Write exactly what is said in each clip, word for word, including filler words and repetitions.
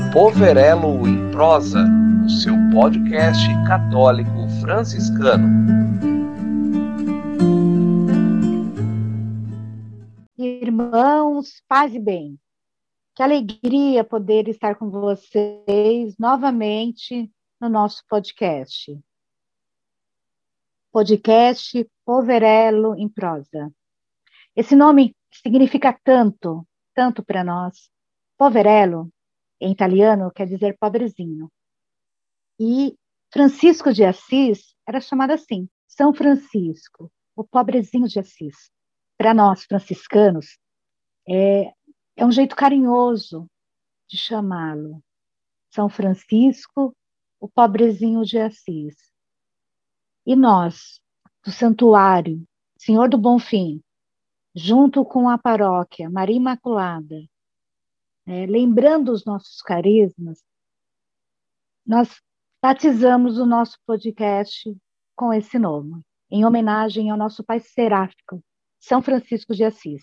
Poverello em Prosa, o seu podcast católico franciscano. Irmãos, paz e bem. Que alegria poder estar com vocês novamente no nosso podcast. Podcast Poverello em Prosa. Esse nome significa tanto, tanto para nós. Poverello, em italiano, quer dizer pobrezinho. E Francisco de Assis era chamado assim, São Francisco, o pobrezinho de Assis. Para nós, franciscanos, é, é um jeito carinhoso de chamá-lo. São Francisco, o pobrezinho de Assis. E nós, do Santuário Senhor do Bonfim, junto com a paróquia Maria Imaculada, é, lembrando os nossos carismas, nós batizamos o nosso podcast com esse nome, em homenagem ao nosso pai seráfico, São Francisco de Assis.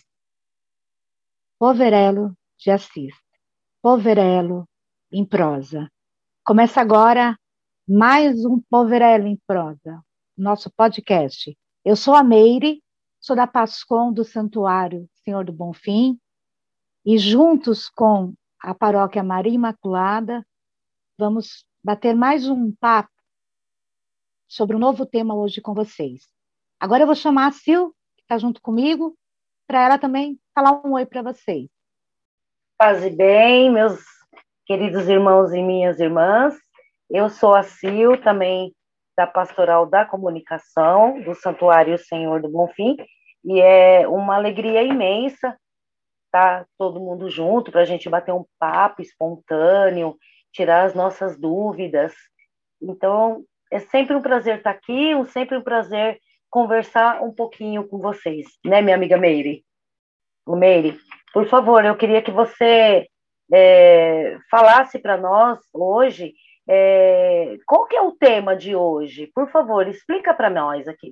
Poverello de Assis. Poverello em Prosa. Começa agora mais um Poverello em Prosa, nosso podcast. Eu sou a Meire, sou da Pascom do Santuário Senhor do Bonfim, e juntos com a paróquia Maria Imaculada, vamos bater mais um papo sobre um novo tema hoje com vocês. Agora eu vou chamar a Sil, que está junto comigo, para ela também falar um oi para vocês. Paz e bem, meus queridos irmãos e minhas irmãs. Eu sou a Sil, também da Pastoral da Comunicação, do Santuário Senhor do Bonfim, e é uma alegria imensa estar todo mundo junto para a gente bater um papo espontâneo, tirar as nossas dúvidas. Então, é sempre um prazer estar aqui, um, sempre um prazer conversar um pouquinho com vocês, né, minha amiga Meire? O Meire, por favor, eu queria que você é, falasse para nós hoje é, qual que é o tema de hoje. Por favor, explica para nós aqui.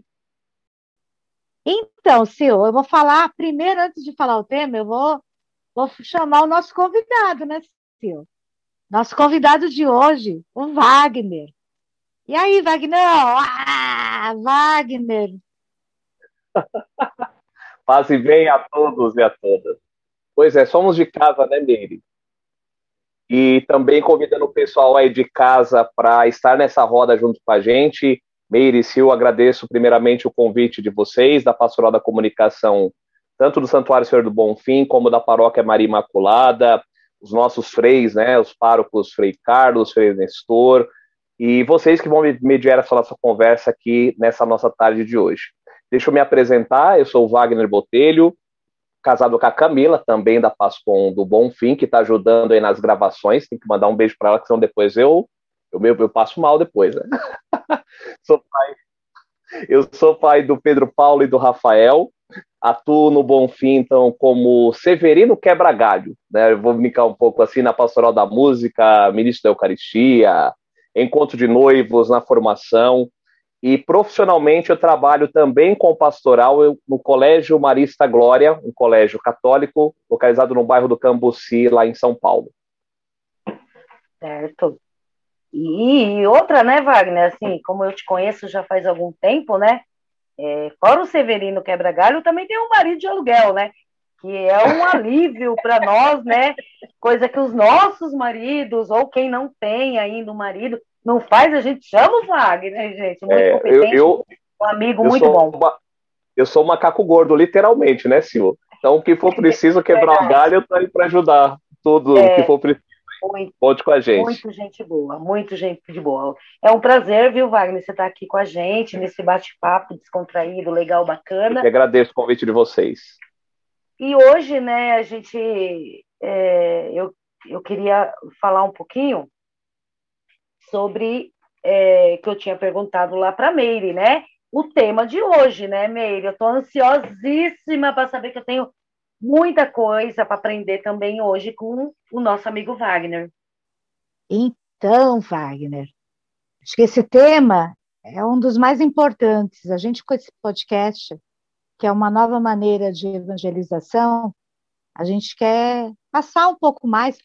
Então, Sil, eu vou falar, primeiro, antes de falar o tema, eu vou, vou chamar o nosso convidado, né, Sil? Nosso convidado de hoje, o Wagner. E aí, Wagner? Ah, Wagner! Paz e bem a todos e a todas. Pois é, somos de casa, né, Meire? E também convidando o pessoal aí de casa para estar nessa roda junto com a gente. Meire e Sil, agradeço primeiramente o convite de vocês, da Pastoral da Comunicação, tanto do Santuário Senhor do Bonfim, como da Paróquia Maria Imaculada, os nossos freis, né, os párocos Frei Carlos, Frei Nestor, e vocês que vão mediar essa nossa conversa aqui nessa nossa tarde de hoje. Deixa eu me apresentar, eu sou o Wagner Botelho, casado com a Camila, também da Pascom do Bonfim, que está ajudando aí nas gravações. Tem que mandar um beijo para ela, que senão depois eu, eu, eu passo mal depois, né? sou pai, eu sou pai do Pedro Paulo e do Rafael, atuo no Bonfim, então, como Severino Quebra-Galho, né? Eu vou brincar um pouco assim na Pastoral da Música, ministro da Eucaristia, encontro de noivos na formação. E profissionalmente eu trabalho também com pastoral no Colégio Marista Glória, um colégio católico, localizado no bairro do Cambuci, lá em São Paulo. Certo. E outra, né, Wagner, assim, como eu te conheço já faz algum tempo, né, é, fora o Severino Quebra-Galho, também tem um marido de aluguel, né, que é um alívio para nós, né, coisa que os nossos maridos, ou quem não tem ainda um marido, não faz, a gente chama o Wagner, né, gente? Muito é, competente, eu, eu, um amigo eu muito bom. Uma, eu sou um macaco gordo, literalmente, né, Sil? Então, o que for preciso quebrar o galho, eu estou aí para ajudar. Tudo o é, que for preciso, muito, conte com a gente. Muito gente boa, muito gente de boa. É um prazer, viu, Wagner, você estar aqui com a gente, nesse bate-papo descontraído, legal, bacana. Eu que agradeço o convite de vocês. E hoje, né, a gente... É, eu, eu queria falar um pouquinho sobre, é, que eu tinha perguntado lá para a Meire, né? O tema de hoje, né, Meire? Eu estou ansiosíssima para saber que eu tenho muita coisa para aprender também hoje com o nosso amigo Wagner. Então, Wagner, acho que esse tema é um dos mais importantes. A gente, com esse podcast, que é uma nova maneira de evangelização, a gente quer passar um pouco mais para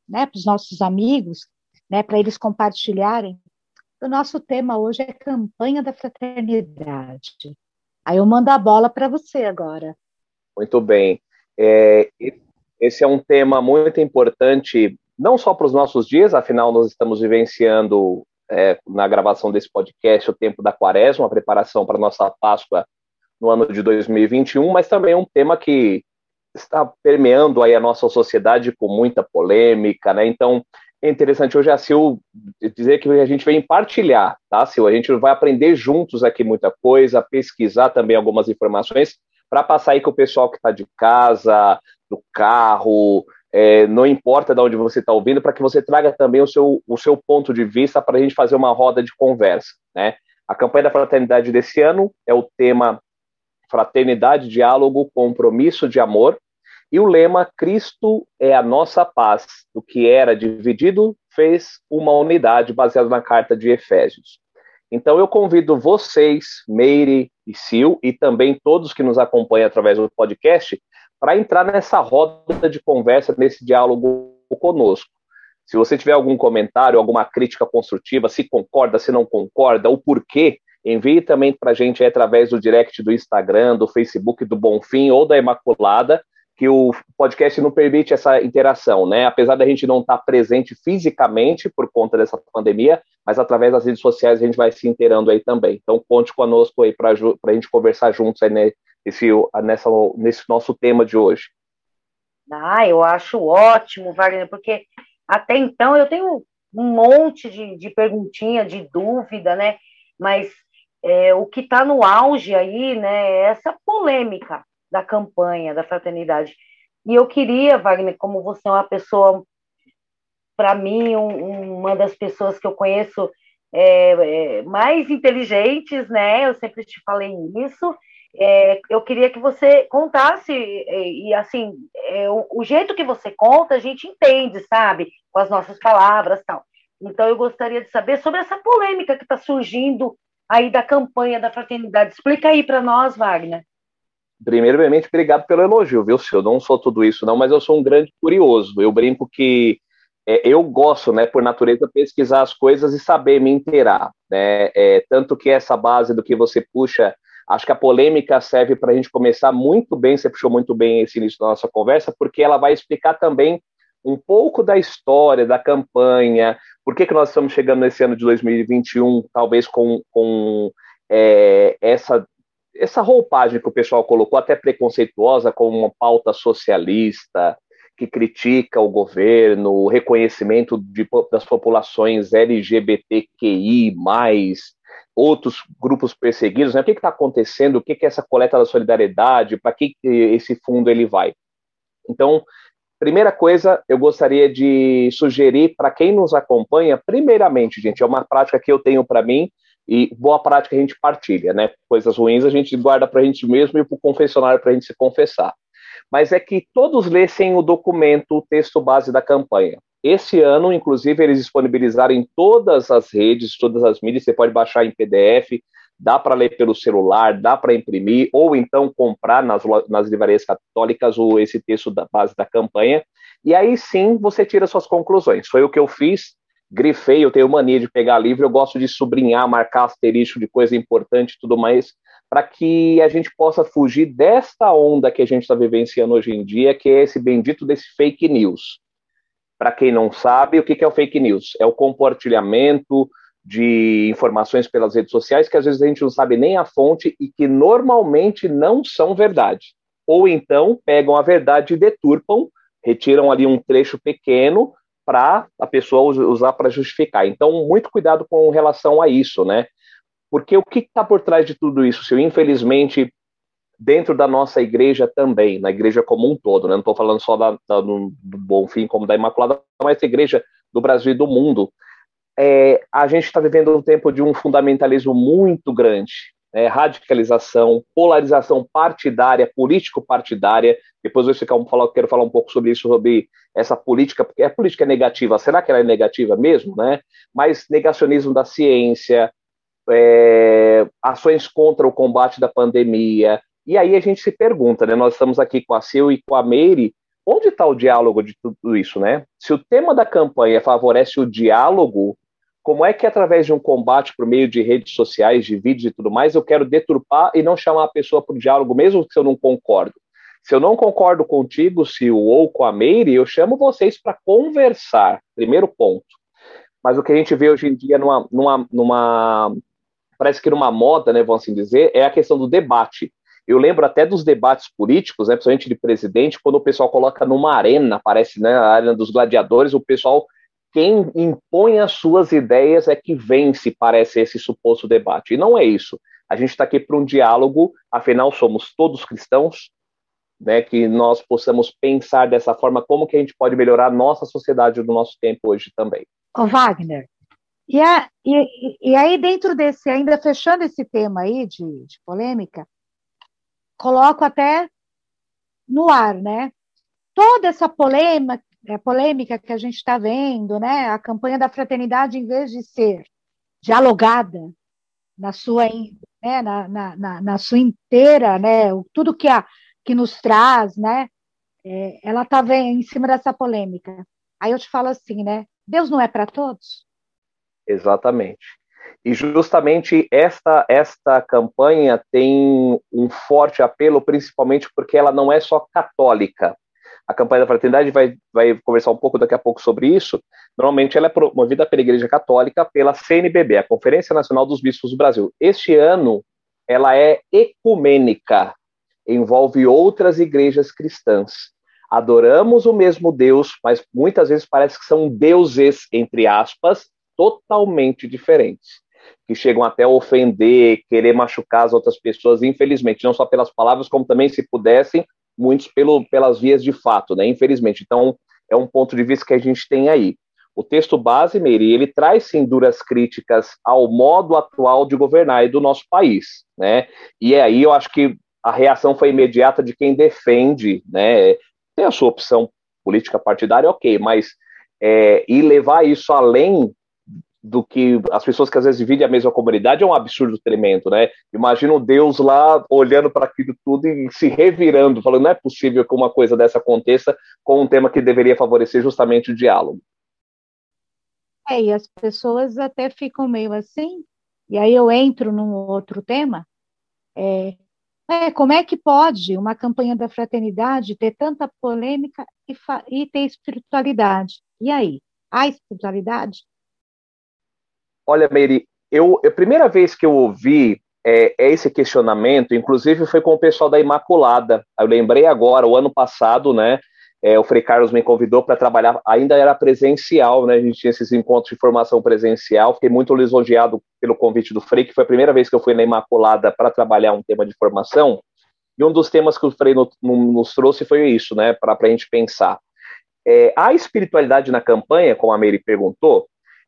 né, para os nossos amigos, né, para eles compartilharem. O nosso tema hoje é campanha da fraternidade. Aí eu mando a bola para você agora. Muito bem. É, esse é um tema muito importante, não só para os nossos dias, afinal nós estamos vivenciando, é, na gravação desse podcast, o tempo da Quaresma, a preparação para a nossa Páscoa no ano de dois mil e vinte e um, mas também é um tema que está permeando aí a nossa sociedade com muita polêmica, né? Então, é interessante hoje a Sil dizer que a gente vem partilhar, tá, Sil? A gente vai aprender juntos aqui muita coisa, pesquisar também algumas informações para passar aí com o pessoal que está de casa, do carro, é, não importa de onde você está ouvindo, para que você traga também o seu, o seu ponto de vista para a gente fazer uma roda de conversa, né? A campanha da fraternidade desse ano é o tema Fraternidade, Diálogo, Compromisso de Amor, e o lema Cristo é a nossa paz, o que era dividido fez uma unidade, baseado na carta de Efésios. Então eu convido vocês, Meire e Sil, e também todos que nos acompanham através do podcast, para entrar nessa roda de conversa, nesse diálogo conosco. Se você tiver algum comentário, alguma crítica construtiva, se concorda, se não concorda, o porquê, envie também para a gente através do direct do Instagram, do Facebook do Bonfim ou da Imaculada, que o podcast não permite essa interação, né? Apesar da gente não estar presente fisicamente por conta dessa pandemia, mas através das redes sociais a gente vai se inteirando aí também. Então conte conosco aí para a gente conversar juntos aí nesse, nessa, nesse nosso tema de hoje. Ah, eu acho ótimo, Wagner, porque até então eu tenho um monte de, de perguntinha, de dúvida, né? Mas é, o que está no auge aí, né, é essa polêmica da campanha da fraternidade. E eu queria, Wagner, como você é uma pessoa, para mim, um, uma das pessoas que eu conheço é, é, mais inteligentes, né? Eu sempre te falei isso. É, eu queria que você contasse, e, e assim, é, o, o jeito que você conta, a gente entende, sabe? Com as nossas palavras e tal. Então, eu gostaria de saber sobre essa polêmica que está surgindo aí da campanha da fraternidade. Explica aí para nós, Wagner. Primeiramente, obrigado pelo elogio, viu, Sil? Eu não sou tudo isso, não, mas eu sou um grande curioso. Eu brinco que é, eu gosto, né, por natureza, pesquisar as coisas e saber me inteirar, né? É, tanto que essa base do que você puxa, acho que a polêmica serve para a gente começar muito bem, você puxou muito bem esse início da nossa conversa, porque ela vai explicar também um pouco da história, da campanha, por que, que nós estamos chegando nesse ano de dois mil e vinte e um, talvez com, com é, essa... essa roupagem que o pessoal colocou, até preconceituosa, como uma pauta socialista, que critica o governo, o reconhecimento de, das populações L G B T Q I mais, outros grupos perseguidos, né? O que está acontecendo? O que, que é essa coleta da solidariedade? Para que esse fundo ele vai? Então, primeira coisa, eu gostaria de sugerir para quem nos acompanha, primeiramente, gente, é uma prática que eu tenho para mim, e boa prática a gente partilha, né? Coisas ruins a gente guarda para a gente mesmo e para o confessionário para a gente se confessar. Mas é que todos lessem o documento, o texto base da campanha. Esse ano, inclusive, eles disponibilizaram em todas as redes, todas as mídias, você pode baixar em P D F, dá para ler pelo celular, dá para imprimir, ou então comprar nas, nas livrarias católicas o, esse texto da base da campanha, e aí sim você tira suas conclusões. Foi o que eu fiz, grifei, eu tenho mania de pegar livro, eu gosto de sublinhar, marcar asterisco de coisa importante e tudo mais, para que a gente possa fugir desta onda que a gente está vivenciando hoje em dia, que é esse bendito desse fake news. Para quem não sabe, o que é o fake news? É o compartilhamento de informações pelas redes sociais que às vezes a gente não sabe nem a fonte e que normalmente não são verdade. Ou então pegam a verdade e deturpam, retiram ali um trecho pequeno para a pessoa usar para justificar. Então, muito cuidado com relação a isso, né? Porque o que está por trás de tudo isso? Se infelizmente, dentro da nossa igreja também, na igreja como um todo, né? Não estou falando só da, da, do Bonfim como da Imaculada, mas da igreja do Brasil e do mundo, é, a gente está vivendo um tempo de um fundamentalismo muito grande, né? Radicalização, polarização partidária, político-partidária. Depois eu ficar, quero falar um pouco sobre isso, sobre essa política, porque a política é negativa, será que ela é negativa mesmo, né? Mas negacionismo da ciência, é, ações contra o combate da pandemia, e aí a gente se pergunta, né? Nós estamos aqui com a Sil e com a Meire, onde está o diálogo de tudo isso, né? Se o tema da campanha favorece o diálogo, como é que através de um combate por meio de redes sociais, de vídeos e tudo mais, eu quero deturpar e não chamar a pessoa para o diálogo, mesmo que eu não concordo? Se eu não concordo contigo, Sil, ou com a Meire, eu chamo vocês para conversar, primeiro ponto. Mas o que a gente vê hoje em dia numa, numa, numa parece que numa moda, né, vamos assim dizer, é a questão do debate. Eu lembro até dos debates políticos, né, principalmente de presidente, quando o pessoal coloca numa arena, parece, né, a arena dos gladiadores, o pessoal, quem impõe as suas ideias é que vence, parece, esse suposto debate. E não é isso. A gente está aqui para um diálogo, afinal somos todos cristãos, né, que nós possamos pensar dessa forma, como que a gente pode melhorar a nossa sociedade no nosso tempo hoje também. Ô Wagner, e, a, e, e aí dentro desse, ainda fechando esse tema aí de, de polêmica, coloco até no ar, né, toda essa polêmica, polêmica que a gente está vendo, né, a campanha da fraternidade, em vez de ser dialogada na sua, né, na, na, na, na sua inteira, né, tudo que a que nos traz, né? É, ela está em cima dessa polêmica. Aí eu te falo assim, né? Deus não é para todos? Exatamente. E justamente esta, esta campanha tem um forte apelo, principalmente porque ela não é só católica. A campanha da fraternidade vai, vai conversar um pouco daqui a pouco sobre isso. Normalmente ela é promovida pela Igreja Católica, pela C N B B, a Conferência Nacional dos Bispos do Brasil. Este ano ela é ecumênica, envolve outras igrejas cristãs. Adoramos o mesmo Deus, mas muitas vezes parece que são deuses, entre aspas, totalmente diferentes, que chegam até a ofender, querer machucar as outras pessoas, infelizmente, não só pelas palavras, como também, se pudessem, muitos pelo, pelas vias de fato, né? Infelizmente. Então, é um ponto de vista que a gente tem aí. O texto base, Meire, ele traz, sim, duras críticas ao modo atual de governar e do nosso país, né? E aí eu acho que a reação foi imediata de quem defende, né? Tem a sua opção política partidária, ok, mas é, e levar isso além do que as pessoas que às vezes dividem a mesma comunidade é um absurdo tremendo, né? Imagina o Deus lá olhando para aquilo tudo e se revirando, falando, não é possível que uma coisa dessa aconteça com um tema que deveria favorecer justamente o diálogo. É, e as pessoas até ficam meio assim, e aí eu entro num outro tema, é, É, como é que pode uma campanha da fraternidade ter tanta polêmica e, e ter espiritualidade? E aí? Há espiritualidade? Olha, Meire, eu, a primeira vez que eu ouvi é, esse questionamento, inclusive foi com o pessoal da Imaculada. Eu lembrei agora, o ano passado, né? É, o Frei Carlos me convidou para trabalhar, ainda era presencial, né? A gente tinha esses encontros de formação presencial. Fiquei muito lisonjeado pelo convite do Frei, que foi a primeira vez que eu fui na Imaculada para trabalhar um tema de formação. E um dos temas que o Frei no, no, nos trouxe foi isso, né? Para a gente pensar. É, a espiritualidade na campanha, como a Meire perguntou,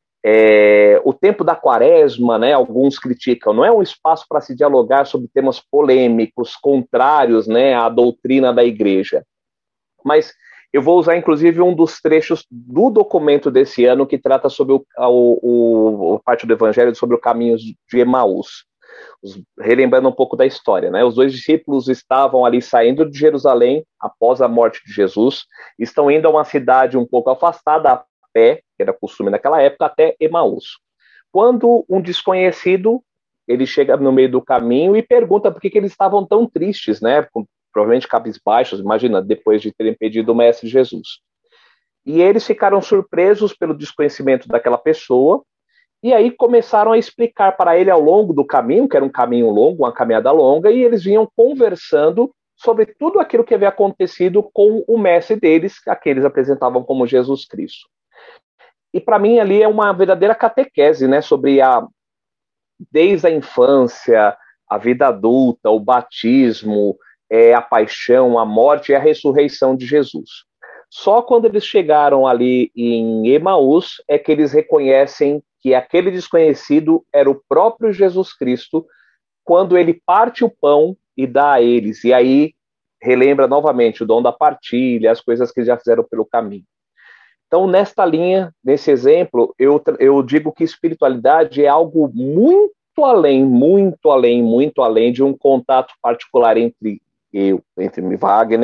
é, o tempo da quaresma, né? Alguns criticam, não é um espaço para se dialogar sobre temas polêmicos, contrários, né, à doutrina da igreja. Mas eu vou usar, inclusive, um dos trechos do documento desse ano que trata sobre o, o, o parte do Evangelho sobre o caminho de Emaús. Os, relembrando um pouco da história, né? Os dois discípulos estavam ali saindo de Jerusalém após a morte de Jesus, estão indo a uma cidade um pouco afastada a pé, que era costume naquela época, até Emaús. Quando um desconhecido, ele chega no meio do caminho e pergunta por que, que eles estavam tão tristes, né? Provavelmente cabisbaixos, imagina, depois de terem pedido o Mestre Jesus. E eles ficaram surpresos pelo desconhecimento daquela pessoa, e aí começaram a explicar para ele ao longo do caminho, que era um caminho longo, uma caminhada longa, e eles vinham conversando sobre tudo aquilo que havia acontecido com o Mestre deles, que aqueles apresentavam como Jesus Cristo. E para mim ali é uma verdadeira catequese, né, sobre a, desde a infância, a vida adulta, o batismo, É a paixão, a morte e a ressurreição de Jesus. Só quando eles chegaram ali em Emaús é que eles reconhecem que aquele desconhecido era o próprio Jesus Cristo, quando ele parte o pão e dá a eles. E aí relembra novamente o dom da partilha, as coisas que já fizeram pelo caminho. Então, nesta linha, nesse exemplo, eu, eu digo que espiritualidade é algo muito além, muito além, muito além de um contato particular entre eu, entre Wagner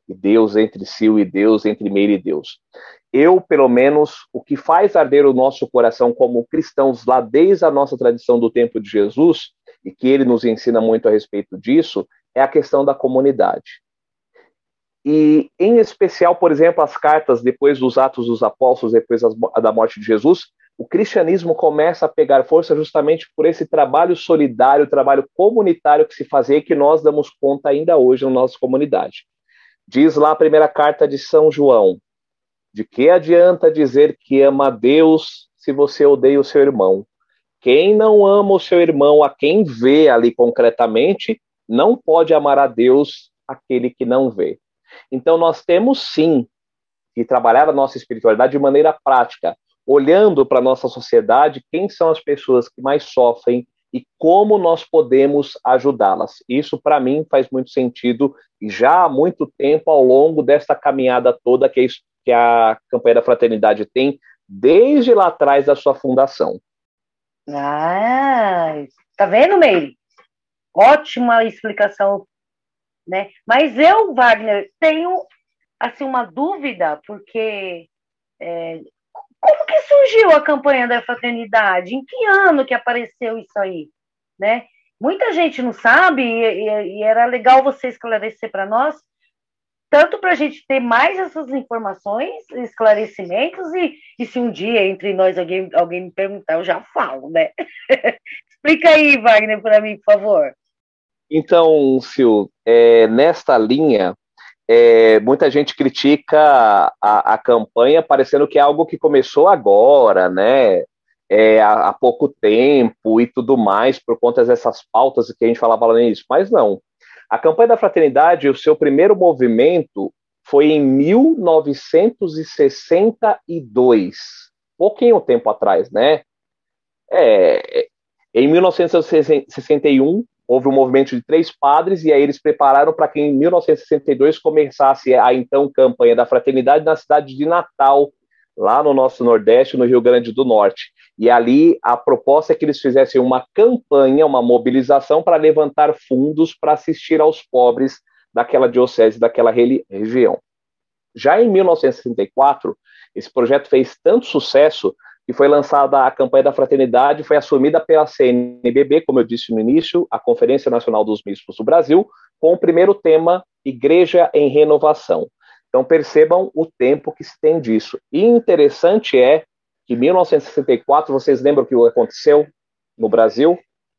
e Deus entre Sil e Deus, entre Meire e Deus. Eu, pelo menos, o que faz arder o nosso coração como cristãos lá desde a nossa tradição do tempo de Jesus, e que ele nos ensina muito a respeito disso, é a questão da comunidade. E, em especial, por exemplo, as cartas depois dos Atos dos Apóstolos, depois da morte de Jesus, o cristianismo começa a pegar força justamente por esse trabalho solidário, trabalho comunitário que se fazia e que nós damos conta ainda hoje na nossa comunidade. Diz lá a primeira carta de São João: de que adianta dizer que ama a Deus se você odeia o seu irmão? Quem não ama o seu irmão, a quem vê ali concretamente, não pode amar a Deus, aquele que não vê. Então nós temos sim que trabalhar a nossa espiritualidade de maneira prática, olhando para a nossa sociedade, quem são as pessoas que mais sofrem e como nós podemos ajudá-las. Isso, para mim, faz muito sentido, e já há muito tempo, ao longo desta caminhada toda que, isso, que a Campanha da Fraternidade tem, desde lá atrás da sua fundação. Ah, tá vendo, Meire? Ótima explicação, né? Mas eu, Wagner, tenho, assim, uma dúvida, porque... É, como que surgiu a Campanha da Fraternidade? Em que ano que apareceu isso aí? Né? Muita gente não sabe, e, e era legal você esclarecer para nós, tanto para a gente ter mais essas informações, esclarecimentos, e, e se um dia entre nós alguém, alguém me perguntar, eu já falo, né? Explica aí, Wagner, para mim, por favor. Então, Sil, é, nesta linha... É, muita gente critica a, a campanha parecendo que é algo que começou agora, né? É, há, há pouco tempo e tudo mais, por conta dessas pautas que a gente falava lá no início. Mas não. A Campanha da Fraternidade, o seu primeiro movimento foi em mil novecentos e sessenta e dois, pouquinho tempo atrás, né? É, em mil novecentos e sessenta e um, houve um movimento de três padres, e aí eles prepararam para que em mil novecentos e sessenta e dois começasse a então Campanha da Fraternidade na cidade de Natal, lá no nosso Nordeste, no Rio Grande do Norte. E ali a proposta é que eles fizessem uma campanha, uma mobilização para levantar fundos para assistir aos pobres daquela diocese, daquela região. Já em mil novecentos e sessenta e quatro, esse projeto fez tanto sucesso que foi lançada a Campanha da Fraternidade, foi assumida pela C N B B, como eu disse no início, a Conferência Nacional dos Bispos do Brasil, com o primeiro tema, Igreja em Renovação. Então percebam o tempo que se tem disso. E interessante é que em mil novecentos e sessenta e quatro, vocês lembram o que aconteceu no Brasil?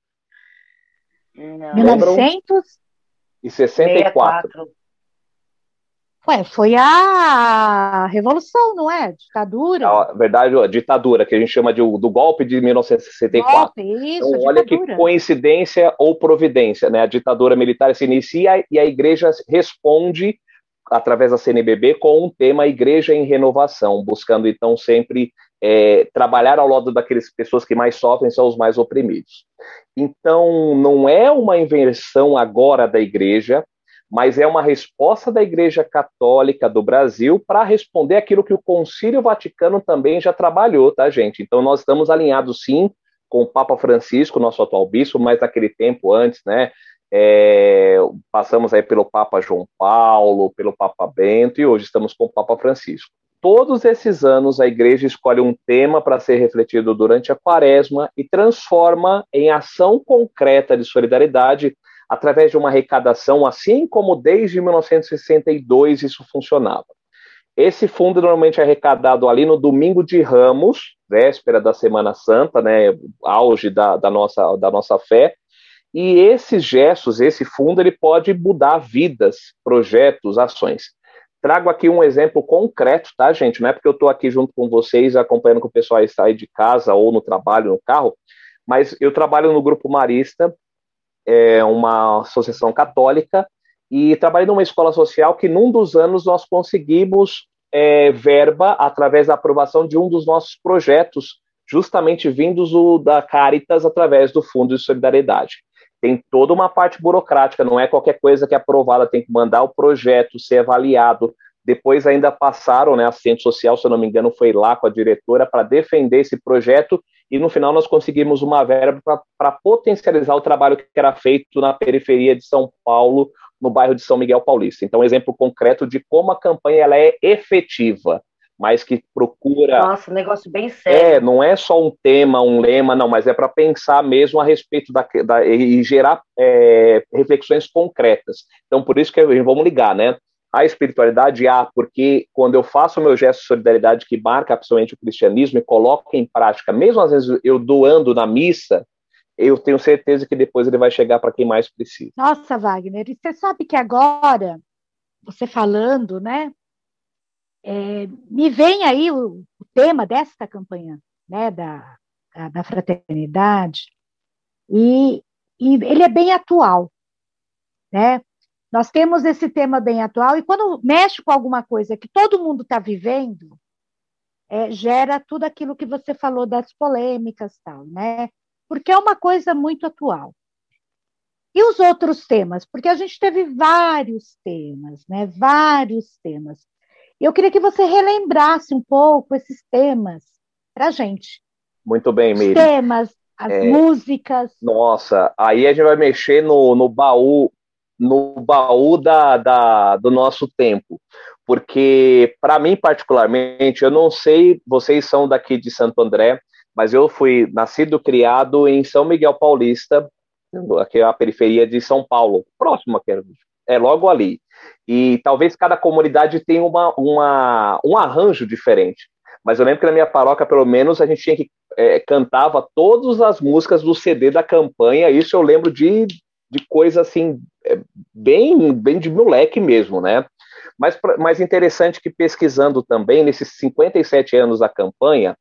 Não. mil e novecentos e sessenta e quatro. Ué, foi a Revolução, não é? Ditadura. Na verdade, a ditadura, que a gente chama de, do golpe de mil novecentos e sessenta e quatro. Golpe, isso, então, olha que coincidência ou providência, né? A ditadura militar se inicia e a igreja responde, através da C N B B, com um tema Igreja em Renovação, buscando, então, sempre é, trabalhar ao lado daquelas pessoas que mais sofrem, são os mais oprimidos. Então, não é uma invenção agora da igreja, mas é uma resposta da Igreja Católica do Brasil para responder aquilo que o Concílio Vaticano também já trabalhou, tá, gente? Então nós estamos alinhados, sim, com o Papa Francisco, nosso atual bispo, mas naquele tempo antes, né, é, passamos aí pelo Papa João Paulo, pelo Papa Bento, e hoje estamos com o Papa Francisco. Todos esses anos a Igreja escolhe um tema para ser refletido durante a Quaresma e transforma em ação concreta de solidariedade através de uma arrecadação, assim como desde mil novecentos e sessenta e dois isso funcionava. Esse fundo normalmente é arrecadado ali no Domingo de Ramos, véspera da Semana Santa, né, auge da, da, nossa, da nossa fé, e esses gestos, esse fundo, ele pode mudar vidas, projetos, ações. Trago aqui um exemplo concreto, tá, gente? Não é porque eu estou aqui junto com vocês, acompanhando que o pessoal está aí de casa ou no trabalho, no carro, mas eu trabalho no Grupo Marista, é uma associação católica, e trabalhei numa escola social que num dos anos nós conseguimos é, verba através da aprovação de um dos nossos projetos, justamente vindos o, da Caritas através do Fundo de Solidariedade. Tem toda uma parte burocrática, não é qualquer coisa que é aprovada, tem que mandar o projeto, ser avaliado, depois ainda passaram, né, a assistente social, se eu não me engano, foi lá com a diretora para defender esse projeto, e no final nós conseguimos uma verba para potencializar o trabalho que era feito na periferia de São Paulo, no bairro de São Miguel Paulista. Então, um exemplo concreto de como a campanha ela é efetiva, mas que procura... Nossa, um negócio bem sério. É, não é só um tema, um lema, não, mas é para pensar mesmo a respeito da... da e gerar é, reflexões concretas. Então, por isso que vamos ligar, né? A espiritualidade, ah, porque quando eu faço o meu gesto de solidariedade que marca principalmente o cristianismo e coloco em prática, mesmo às vezes eu doando na missa, eu tenho certeza que depois ele vai chegar para quem mais precisa. Nossa, Wagner, e você sabe que agora, você falando, né, é, me vem aí o, o tema desta campanha, né, da, da, da fraternidade, e, e ele é bem atual, né? Nós temos esse tema bem atual, e quando mexe com alguma coisa que todo mundo está vivendo, é, gera tudo aquilo que você falou das polêmicas, tal, né? Porque é uma coisa muito atual. E os outros temas? Porque a gente teve vários temas, né? Vários temas. Eu queria que você relembrasse um pouco esses temas para a gente. Muito bem, Meire. Os temas, as é... músicas. Nossa, aí a gente vai mexer no, no baú no baú da, da, do nosso tempo, porque para mim particularmente, eu não sei, vocês são daqui de Santo André, mas eu fui nascido, criado em São Miguel Paulista, aqui é a periferia de São Paulo, próximo, é logo ali, e talvez cada comunidade tenha uma, uma, um arranjo diferente, mas eu lembro que na minha paróquia, pelo menos, a gente tinha que é, cantava todas as músicas do C D da campanha, isso eu lembro de de coisa assim, bem, bem de moleque mesmo, né? Mas mais interessante que pesquisando também, nesses cinquenta e sete anos da campanha,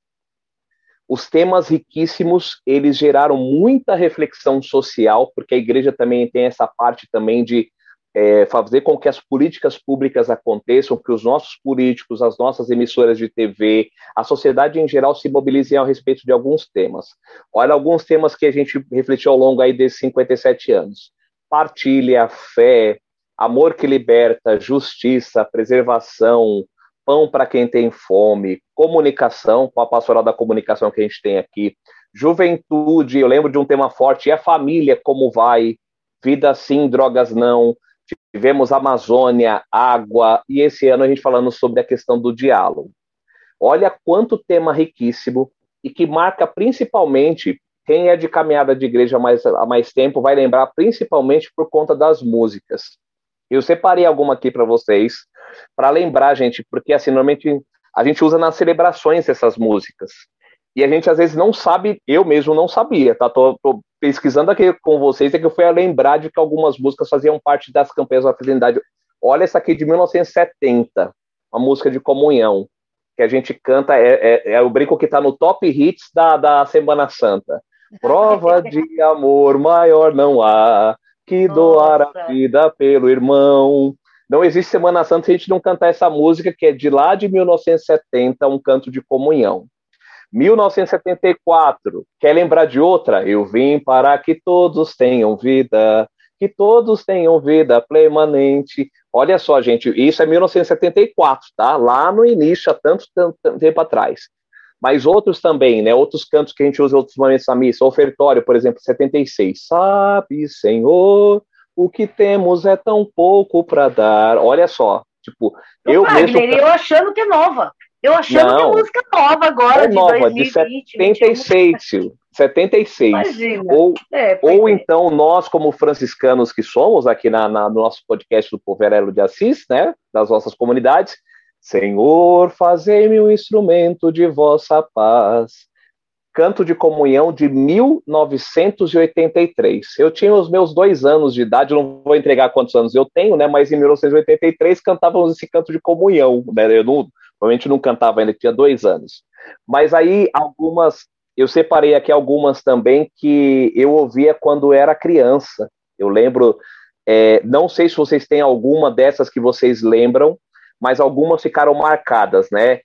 os temas riquíssimos, eles geraram muita reflexão social, porque a igreja também tem essa parte também de é, fazer com que as políticas públicas aconteçam, que os nossos políticos, as nossas emissoras de T V, a sociedade em geral se mobilizem a respeito de alguns temas. Olha alguns temas que a gente refletiu ao longo aí desses cinquenta e sete anos. Partilha, fé, amor que liberta, justiça, preservação, pão para quem tem fome, comunicação, com a pastoral da comunicação que a gente tem aqui, juventude, eu lembro de um tema forte, e a família, como vai, vida sim, drogas não, tivemos Amazônia, água, e esse ano a gente falando sobre a questão do diálogo. Olha quanto tema riquíssimo, e que marca principalmente, quem é de caminhada de igreja mais, há mais tempo vai lembrar principalmente por conta das músicas. Eu separei alguma aqui para vocês, para lembrar, gente, porque assim, normalmente a gente usa nas celebrações essas músicas, e a gente às vezes não sabe, eu mesmo não sabia, tá? Tô, tô pesquisando aqui com vocês, é que eu fui a lembrar de que algumas músicas faziam parte das campanhas da fraternidade. Olha essa aqui de mil novecentos e setenta, uma música de comunhão, que a gente canta, é, é, é o brinco que está no top hits da, da Semana Santa. Prova de amor maior não há, que doar a vida pelo irmão. Não existe Semana Santa se a gente não cantar essa música, que é de lá de mil novecentos e setenta, um canto de comunhão. mil novecentos e setenta e quatro, quer lembrar de outra? Eu vim para que todos tenham vida, que todos tenham vida permanente. Olha só, gente, isso é mil novecentos e setenta e quatro, tá? Lá no início, há tanto, tanto tempo atrás. Mas outros também, né? Outros cantos que a gente usa em outros momentos da missa. Ofertório, por exemplo, setenta e seis. Sabe, Senhor, o que temos é tão pouco para dar. Olha só, tipo, eu, eu Wagner, mesmo... eu achando que é nova. Eu achando Não, que é música nova agora, é de nova, dois mil e vinte. de setenta e seis, setenta e seis. Imagina. Ou, é, ou é. então nós, como franciscanos que somos, aqui na, na, no nosso podcast do Poverello de Assis, né, das nossas comunidades, Senhor, fazei-me um instrumento de vossa paz. Canto de comunhão de mil novecentos e oitenta e três. Eu tinha os meus dois anos de idade, eu não vou entregar quantos anos eu tenho, né, mas em mil novecentos e oitenta e três cantávamos esse canto de comunhão, né, eu não... Provavelmente não cantava ainda, tinha dois anos. Mas aí algumas, eu separei aqui algumas também que eu ouvia quando era criança. Eu lembro, é, não sei se vocês têm alguma dessas que vocês lembram, mas algumas ficaram marcadas, né?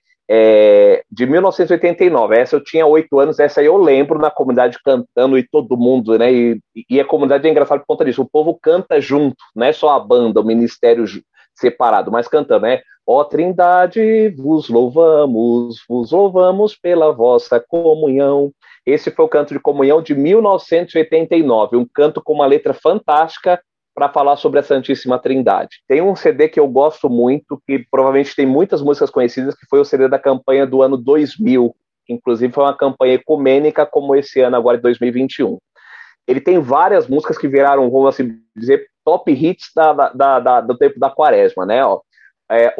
É, de mil novecentos e oitenta e nove, essa eu tinha oito anos, essa eu lembro na comunidade cantando e todo mundo, né? E, e a comunidade é engraçada por conta disso, o povo canta junto, não é só a banda, o ministério separado, mas cantando, né? Ó Trindade, vos louvamos, vos louvamos pela vossa comunhão. Esse foi o Canto de Comunhão de mil novecentos e oitenta e nove, um canto com uma letra fantástica para falar sobre a Santíssima Trindade. Tem um C D que eu gosto muito, que provavelmente tem muitas músicas conhecidas, que foi o C D da campanha do ano dois mil, que inclusive foi uma campanha ecumênica, como esse ano agora de dois mil e vinte e um. Ele tem várias músicas que viraram, vamos assim dizer, top hits da, da, da, do tempo da Quaresma, né? Ó, é,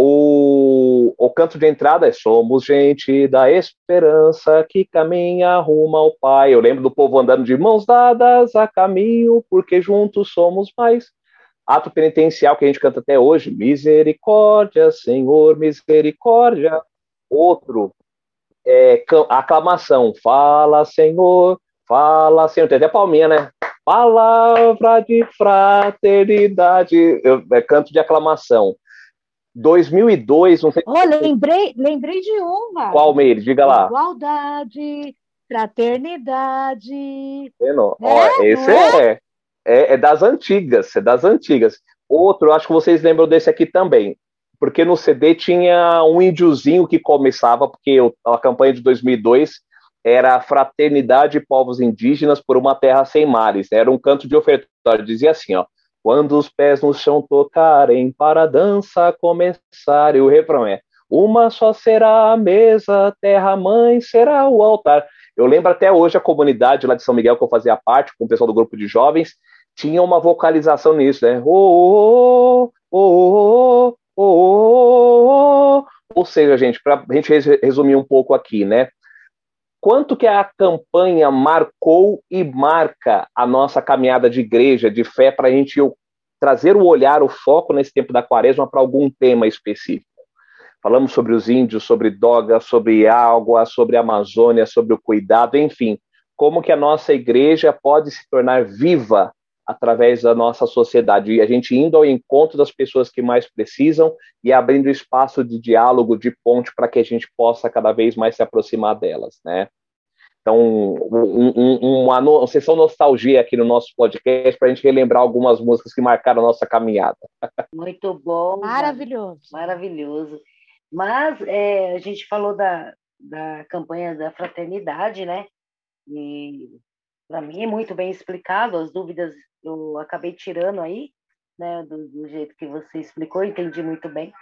o, o canto de entrada é Somos gente da esperança que caminha rumo ao Pai. Eu lembro do povo andando de mãos dadas a caminho, porque juntos somos mais. Ato penitencial que a gente canta até hoje, misericórdia, Senhor, misericórdia. Outro, é, aclamação, fala, Senhor, fala, Senhor. Tem até palminha, né? Palavra de fraternidade. Eu, é canto de aclamação. dois mil e dois, não sei... Oh, lembrei, lembrei de um, Wagner. Qual, Meire? Diga lá. Igualdade, fraternidade. É, não. É, Ó, esse é? É, é, é das antigas, é das antigas. Outro, acho que vocês lembram desse aqui também, porque no C D tinha um índiozinho que começava, porque a campanha de dois mil e dois era Fraternidade de Povos Indígenas por uma Terra Sem Mares, né? Era um canto de ofertório, dizia assim, ó, quando os pés no chão tocarem para a dança começar, e o refrão é, uma só será a mesa, terra-mãe será o altar. Eu lembro até hoje a comunidade lá de São Miguel, que eu fazia parte, com o pessoal do grupo de jovens, tinha uma vocalização nisso, né? Oh, oh, oh, oh, oh, oh, oh. Ou seja, gente, para a gente resumir um pouco aqui, né? Quanto que a campanha marcou e marca a nossa caminhada de igreja, de fé, para a gente trazer o olhar, o foco nesse tempo da Quaresma para algum tema específico. Falamos sobre os índios, sobre Doga, sobre água, sobre a Amazônia, sobre o cuidado, enfim, como que a nossa igreja pode se tornar viva através da nossa sociedade, e a gente indo ao encontro das pessoas que mais precisam e abrindo espaço de diálogo, de ponte, para que a gente possa cada vez mais se aproximar delas, né? Então, um, um, uma, uma sessão nostalgia aqui no nosso podcast para a gente relembrar algumas músicas que marcaram a nossa caminhada. Muito bom. Maravilhoso. Maravilhoso. Mas é, a gente falou da, da campanha da fraternidade, né? E para mim é muito bem explicado, as dúvidas eu acabei tirando aí, né? Do, do jeito que você explicou, entendi muito bem.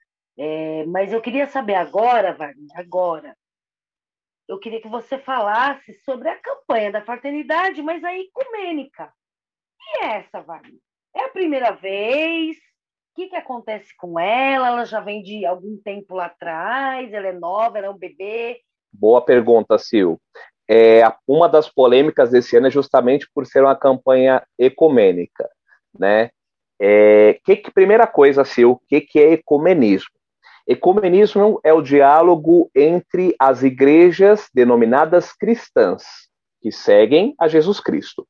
É, mas eu queria saber agora, Wagner, agora, eu queria que você falasse sobre a campanha da fraternidade, mas a ecumênica. E essa, Wagner? É a primeira vez? O que, que acontece com ela? Ela já vem de algum tempo lá atrás? Ela é nova? Ela é um bebê? Boa pergunta, Sil. É, uma das polêmicas desse ano é justamente por ser uma campanha ecumênica, né? É, que, que, primeira coisa, Sil, o que, que é ecumenismo? Ecumenismo é o diálogo entre as igrejas denominadas cristãs, que seguem a Jesus Cristo.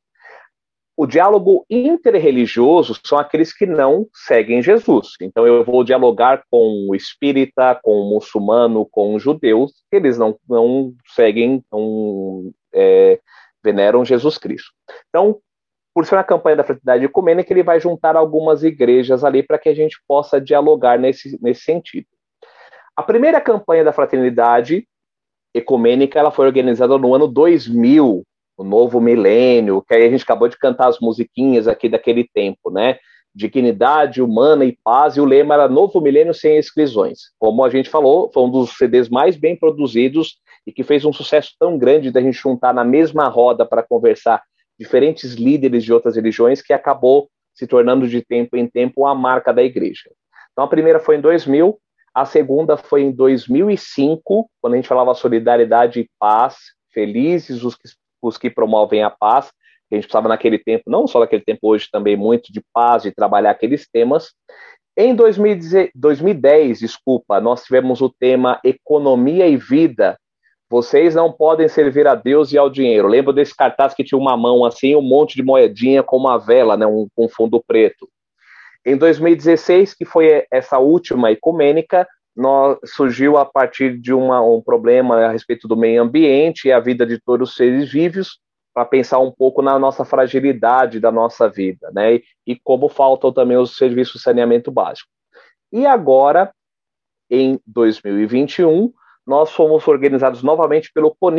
O diálogo interreligioso são aqueles que não seguem Jesus. Então eu vou dialogar com o espírita, com o muçulmano, com os judeus, que eles não, não seguem, não é, veneram Jesus Cristo. Então, por ser uma campanha da Fraternidade Ecumênica, ele vai juntar algumas igrejas ali para que a gente possa dialogar nesse, nesse sentido. A primeira campanha da Fraternidade Ecumênica ela foi organizada no ano dois mil, o novo milênio, que aí a gente acabou de cantar as musiquinhas aqui daquele tempo, né? Dignidade humana e paz, e o lema era Novo Milênio Sem Exclusões. Como a gente falou, foi um dos C Ds mais bem produzidos e que fez um sucesso tão grande da gente juntar na mesma roda para conversar diferentes líderes de outras religiões, que acabou se tornando de tempo em tempo a marca da igreja. Então a primeira foi em dois mil, a segunda foi em dois mil e cinco, quando a gente falava solidariedade e paz, felizes os que os que promovem a paz, que a gente precisava naquele tempo, não só naquele tempo, hoje também muito de paz, de trabalhar aqueles temas. Em dois mil e dez, desculpa, nós tivemos o tema Economia e Vida. Vocês não podem servir a Deus e ao dinheiro. Lembro desse cartaz que tinha uma mão assim, um monte de moedinha com uma vela, né, um, com fundo preto. Em dois mil e dezesseis, que foi essa última ecumênica, nós, surgiu a partir de uma, um problema a respeito do meio ambiente e a vida de todos os seres vivos, para pensar um pouco na nossa fragilidade da nossa vida, né? E, e como faltam também os serviços de saneamento básico. E agora, em dois mil e vinte e um, nós fomos organizados novamente pelo CONIC,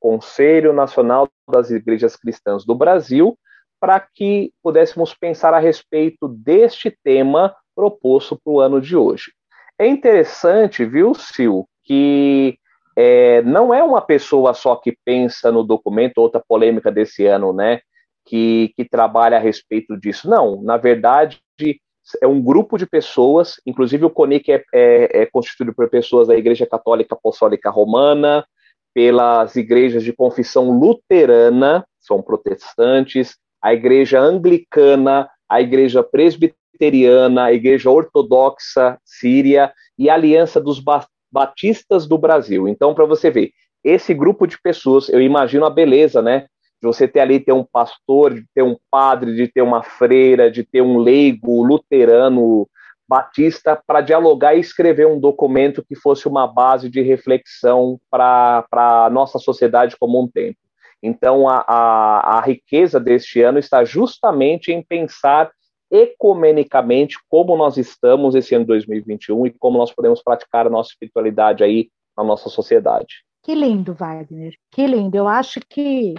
Conselho Nacional das Igrejas Cristãs do Brasil, para que pudéssemos pensar a respeito deste tema proposto para o ano de hoje. É interessante, viu, Sil, que é, não é uma pessoa só que pensa no documento, outra polêmica desse ano, né, que, que trabalha a respeito disso. Não, na verdade, é um grupo de pessoas, inclusive o CONIC é, é, é constituído por pessoas da Igreja Católica Apostólica Romana, pelas igrejas de confissão luterana, são protestantes, a Igreja Anglicana, a Igreja Presbiteriana, a Igreja Ortodoxa Síria e a Aliança dos Batistas do Brasil. Então, para você ver, esse grupo de pessoas, eu imagino a beleza, né? De você ter ali, ter um pastor, de ter um padre, de ter uma freira, de ter um leigo luterano batista para dialogar e escrever um documento que fosse uma base de reflexão para a nossa sociedade como um tempo. Então, a, a, a riqueza deste ano está justamente em pensar ecumenicamente como nós estamos esse ano dois mil e vinte e um e como nós podemos praticar a nossa espiritualidade aí na nossa sociedade. Que lindo, Wagner, que lindo. Eu acho que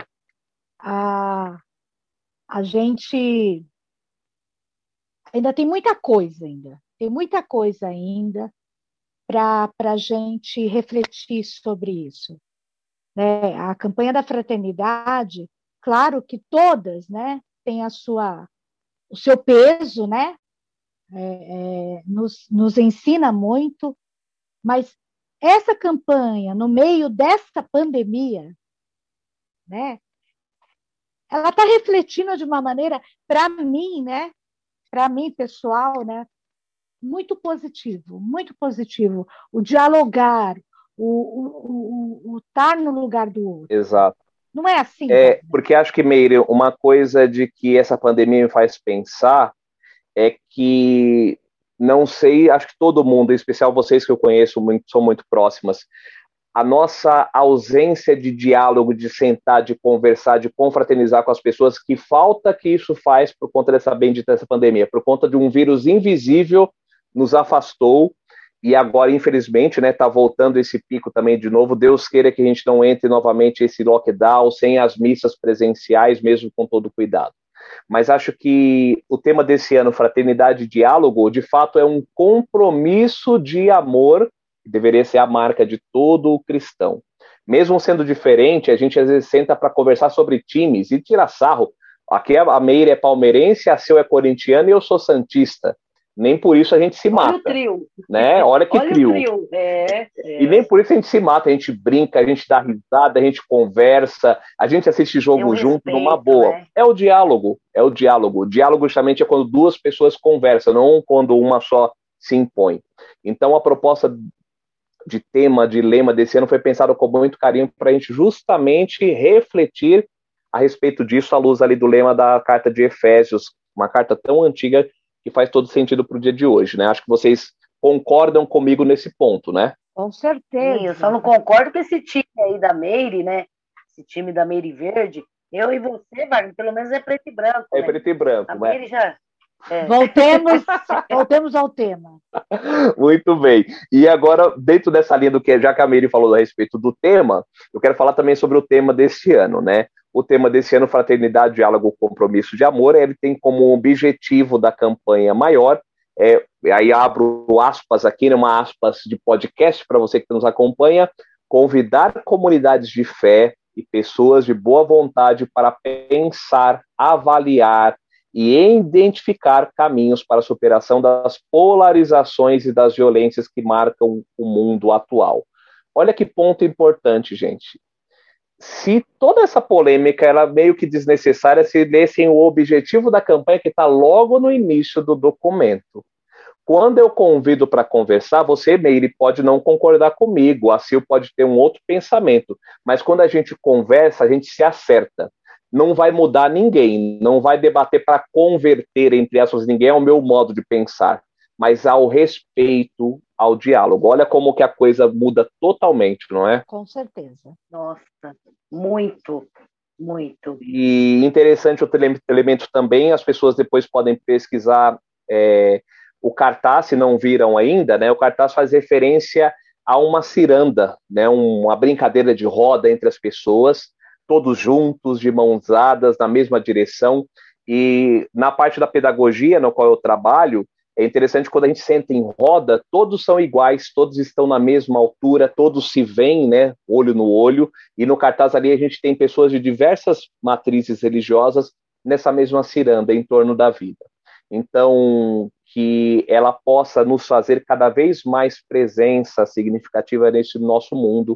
a, a gente ainda tem muita coisa ainda, tem muita coisa ainda para a gente refletir sobre isso. Né? A campanha da fraternidade, claro que todas, né, têm a sua, o seu peso, né? É, é, nos, nos ensina muito, mas essa campanha, no meio dessa pandemia, né, ela está refletindo de uma maneira, para mim, né, para mim, pessoal, né, muito positivo, muito positivo. O dialogar, o, o, o, o estar no lugar do outro. Exato. Não é assim? É, porque acho que, Meire, uma coisa de que essa pandemia me faz pensar é que, não sei, acho que todo mundo, em especial vocês que eu conheço, muito, são muito próximas, a nossa ausência de diálogo, de sentar, de conversar, de confraternizar com as pessoas, que falta que isso faz por conta dessa bendita dessa pandemia, por conta de um vírus invisível, nos afastou, e agora, infelizmente, né, tá voltando esse pico também de novo. Deus queira que a gente não entre novamente esse lockdown, sem as missas presenciais, mesmo com todo cuidado. Mas acho que o tema desse ano, Fraternidade e Diálogo, de fato é um compromisso de amor, que deveria ser a marca de todo cristão. Mesmo sendo diferente, a gente às vezes senta para conversar sobre times e tirar sarro. Aqui a Meire é palmeirense, a Seu é corintiana e eu sou santista. Nem por isso a gente se mata. Olha o trio. Né? Olha que Olha trio. O trio. É, é. E nem por isso a gente se mata, a gente brinca, a gente dá risada, a gente conversa, a gente assiste jogo um junto respeito, numa boa. Né? É o diálogo, é o diálogo. O diálogo justamente é quando duas pessoas conversam, não quando uma só se impõe. Então a proposta de tema, de lema desse ano foi pensada com muito carinho para a gente justamente refletir a respeito disso à luz ali do lema da carta de Efésios, uma carta tão antiga que faz todo sentido para o dia de hoje, né? Acho que vocês concordam comigo nesse ponto, né? Com certeza. Sim, eu só não concordo com esse time aí da Meire, né? Esse time da Meire Verde. Eu e você, Wagner, pelo menos é preto e branco. É né? preto e branco, a né? Meire já... É. Voltemos, voltemos ao tema. Muito bem. E agora, dentro dessa linha do que já que a Meire falou a respeito do tema, eu quero falar também sobre o tema deste ano, né? O tema desse ano, Fraternidade, Diálogo, Compromisso de Amor, ele tem como objetivo da campanha maior, é, aí abro aspas aqui, né, uma aspas de podcast para você que nos acompanha, convidar comunidades de fé e pessoas de boa vontade para pensar, avaliar e identificar caminhos para a superação das polarizações e das violências que marcam o mundo atual. Olha que ponto importante, gente. Se toda essa polêmica era meio que desnecessária se dessem o objetivo da campanha que está logo no início do documento. Quando eu convido para conversar, você, Meire, pode não concordar comigo, a Sil pode ter um outro pensamento, mas quando a gente conversa, a gente se acerta. Não vai mudar ninguém, não vai debater para converter, entre aspas, ninguém ao meu modo de pensar, mas ao respeito, ao diálogo. Olha como que a coisa muda totalmente, não é? Com certeza. Nossa, muito, muito. E interessante outro elemento também, as pessoas depois podem pesquisar é, o cartaz, se não viram ainda, né? O cartaz faz referência há uma ciranda, né, uma brincadeira de roda entre as pessoas, todos juntos, de mãos dadas, na mesma direção. E na parte da pedagogia, no qual eu trabalho, é interessante quando a gente senta em roda, todos são iguais, todos estão na mesma altura, todos se veem, né, olho no olho, e no cartaz ali a gente tem pessoas de diversas matrizes religiosas nessa mesma ciranda, em torno da vida. Então, que ela possa nos fazer cada vez mais presença significativa nesse nosso mundo,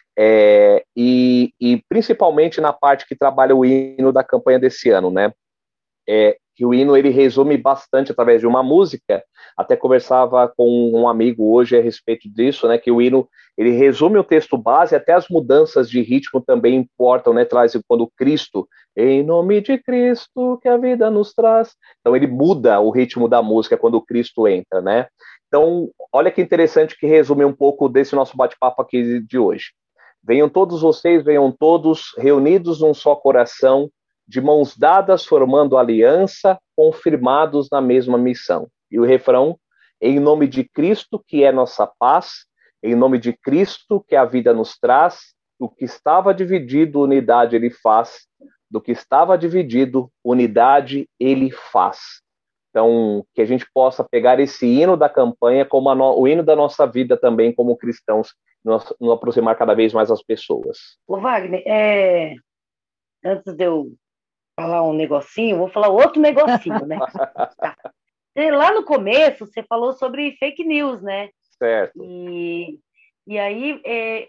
é, e, e principalmente na parte que trabalha o hino da campanha desse ano, né? É, que o hino ele resume bastante através de uma música. Até conversava com um amigo hoje a respeito disso, né? Que o hino ele resume o texto base, até as mudanças de ritmo também importam, né? Traz quando Cristo, em nome de Cristo que a vida nos traz. Então ele muda o ritmo da música quando Cristo entra, né? Então, olha que interessante que resume um pouco desse nosso bate-papo aqui de hoje. Venham todos vocês, venham todos reunidos num só coração, de mãos dadas, formando aliança, confirmados na mesma missão. E o refrão, em nome de Cristo, que é nossa paz, em nome de Cristo, que a vida nos traz, o que estava dividido, unidade ele faz, do que estava dividido, unidade ele faz. Então, que a gente possa pegar esse hino da campanha como no, o hino da nossa vida também, como cristãos, nos, nos aproximar cada vez mais as pessoas. Ô, Wagner, é... antes de eu falar um negocinho, vou falar outro negocinho, né? Tá. Lá no começo, você falou sobre fake news, né? Certo. E, e aí, é,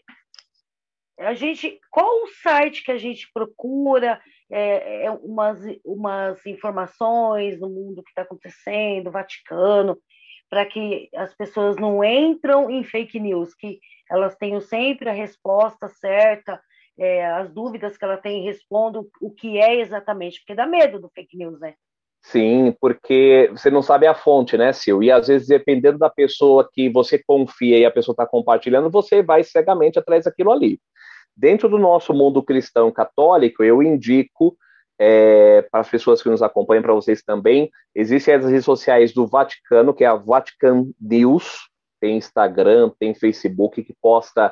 a gente, qual o site que a gente procura é, é umas, umas informações no mundo que está acontecendo, Vaticano, para que as pessoas não entram em fake news, que elas tenham sempre a resposta certa, É, as dúvidas que ela tem, respondam o que é exatamente, porque dá medo do fake news, né? Sim, porque você não sabe a fonte, né, Sil? E às vezes, dependendo da pessoa que você confia e a pessoa está compartilhando, você vai cegamente atrás daquilo ali. Dentro do nosso mundo cristão católico, eu indico é, para as pessoas que nos acompanham, para vocês também, existem as redes sociais do Vaticano, que é a Vatican News, tem Instagram, tem Facebook, que posta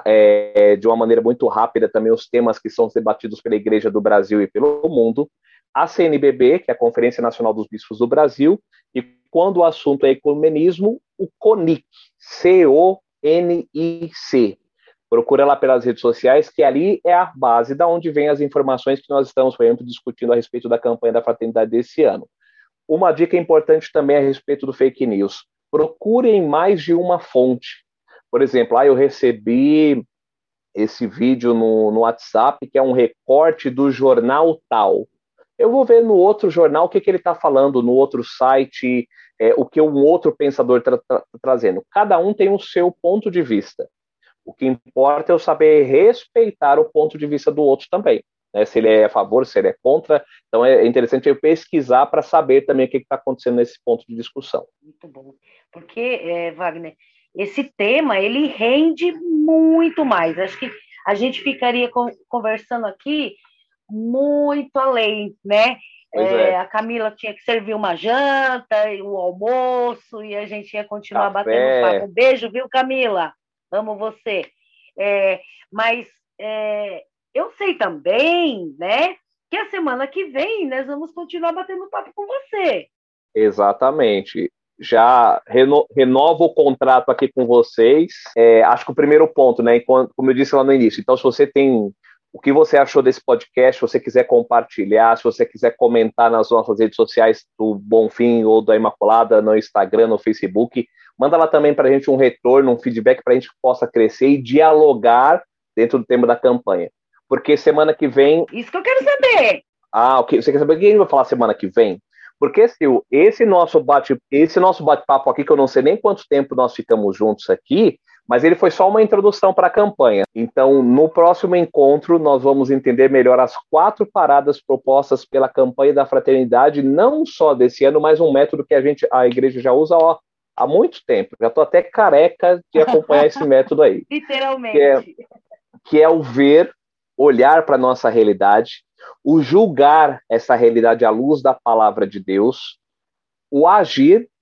É, de uma maneira muito rápida também os temas que são debatidos pela Igreja do Brasil e pelo mundo, a C N B B, que é a Conferência Nacional dos Bispos do Brasil, e quando o assunto é ecumenismo, o CONIC, C O N I C. Procura lá pelas redes sociais, que ali é a base da onde vem as informações que nós estamos, por exemplo, discutindo a respeito da campanha da fraternidade desse ano. Uma dica importante também a respeito do fake news. Procurem mais de uma fonte. Por exemplo, ah, eu recebi esse vídeo no, no WhatsApp, que é um recorte do jornal tal. Eu vou ver no outro jornal o que, que ele está falando, no outro site, é, o que um outro pensador está tra tra trazendo. Cada um tem o seu ponto de vista. O que importa é eu saber respeitar o ponto de vista do outro também. Né? Se ele é a favor, se ele é contra. Então é interessante eu pesquisar para saber também o que está acontecendo nesse ponto de discussão. Muito bom. Porque, é, Wagner, esse tema, ele rende muito mais. Acho que a gente ficaria conversando aqui muito além, né? É, é. A Camila tinha que servir uma janta, e o almoço, e a gente ia continuar Café. batendo papo. Um beijo, viu, Camila? Amo você. É, mas é, eu sei também, né, que a semana que vem nós vamos continuar batendo papo com você. Exatamente. Já reno, renovo o contrato aqui com vocês. É, acho que o primeiro ponto, né, como eu disse lá no início, então se você tem o que você achou desse podcast, se você quiser compartilhar, se você quiser comentar nas nossas redes sociais do Bonfim ou da Imaculada, no Instagram, no Facebook, manda lá também para a gente um retorno, um feedback para a gente possa crescer e dialogar dentro do tema da campanha. Porque semana que vem... Isso que eu quero saber! Ah, ok. Você quer saber o que a gente vai falar semana que vem? Porque, Sil, esse nosso bate, esse nosso bate-papo aqui, que eu não sei nem quanto tempo nós ficamos juntos aqui, mas ele foi só uma introdução para a campanha. Então, no próximo encontro, nós vamos entender melhor as quatro paradas propostas pela campanha da fraternidade, não só desse ano, mas um método que a gente, a igreja já usa ó, há muito tempo. Já estou até careca de acompanhar esse método aí. Literalmente. Que é, que é o ver, olhar para a nossa realidade, o julgar essa realidade à luz da palavra de Deus, o agir,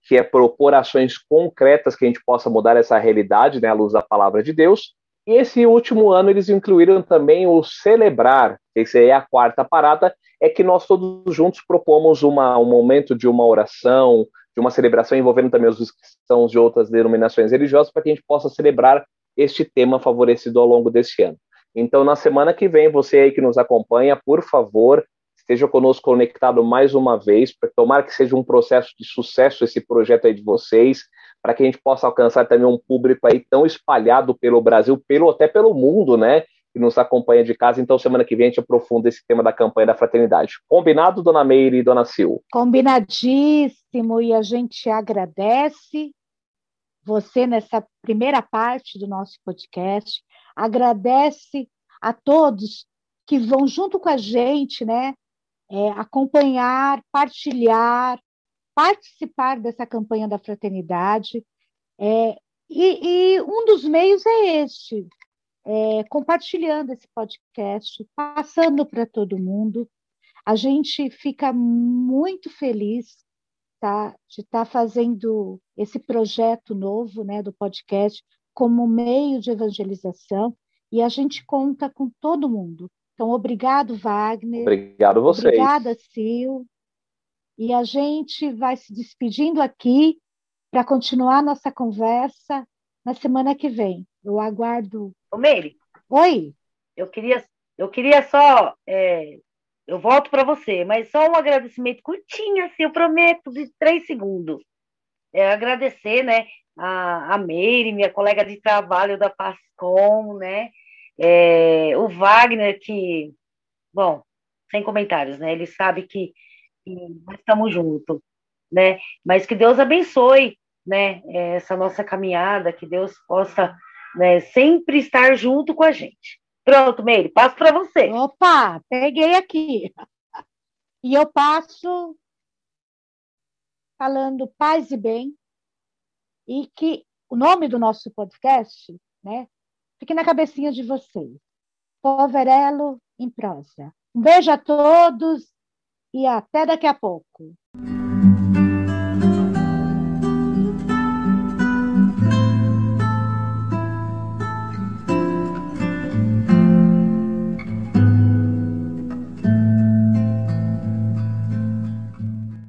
que é propor ações concretas que a gente possa mudar essa realidade, né, à luz da palavra de Deus. E esse último ano eles incluíram também o celebrar, essa aí é a quarta parada, é que nós todos juntos propomos uma, um momento de uma oração, de uma celebração envolvendo também os cristãos de outras denominações religiosas, para que a gente possa celebrar este tema favorecido ao longo desse ano. Então, na semana que vem, você aí que nos acompanha, por favor, esteja conosco conectado mais uma vez, para tomar que seja um processo de sucesso esse projeto aí de vocês, para que a gente possa alcançar também um público aí tão espalhado pelo Brasil, pelo, até pelo mundo, né, que nos acompanha de casa. Então, semana que vem a gente aprofunda esse tema da campanha da fraternidade. Combinado, dona Meire e dona Sil? Combinadíssimo, e a gente agradece você nessa primeira parte do nosso podcast, agradece a todos que vão junto com a gente, né, é, acompanhar, partilhar, participar dessa campanha da fraternidade, é, e, e um dos meios é este, é, compartilhando esse podcast, passando para todo mundo. A gente fica muito feliz, tá, de estar fazendo esse projeto novo, né, do podcast como meio de evangelização, e a gente conta com todo mundo. Então, obrigado, Wagner. Obrigado a vocês. Obrigada, Sil. E a gente vai se despedindo aqui para continuar nossa conversa na semana que vem. Eu aguardo. Ô, Meire. Oi. Eu queria, eu queria só. É, eu volto para você, mas só um agradecimento curtinho, assim, eu prometo, de três segundos. É, agradecer, né, a, a Meire, minha colega de trabalho da Pascom, né? É, o Wagner, que, bom, sem comentários, né? Ele sabe que nós estamos juntos, né? Mas que Deus abençoe, né, essa nossa caminhada, que Deus possa, né, sempre estar junto com a gente. Pronto, Meire, passo para você. Opa, peguei aqui. E eu passo falando paz e bem, e que o nome do nosso podcast, né, fique na cabecinha de vocês. Poverello em prosa. Um beijo a todos e até daqui a pouco.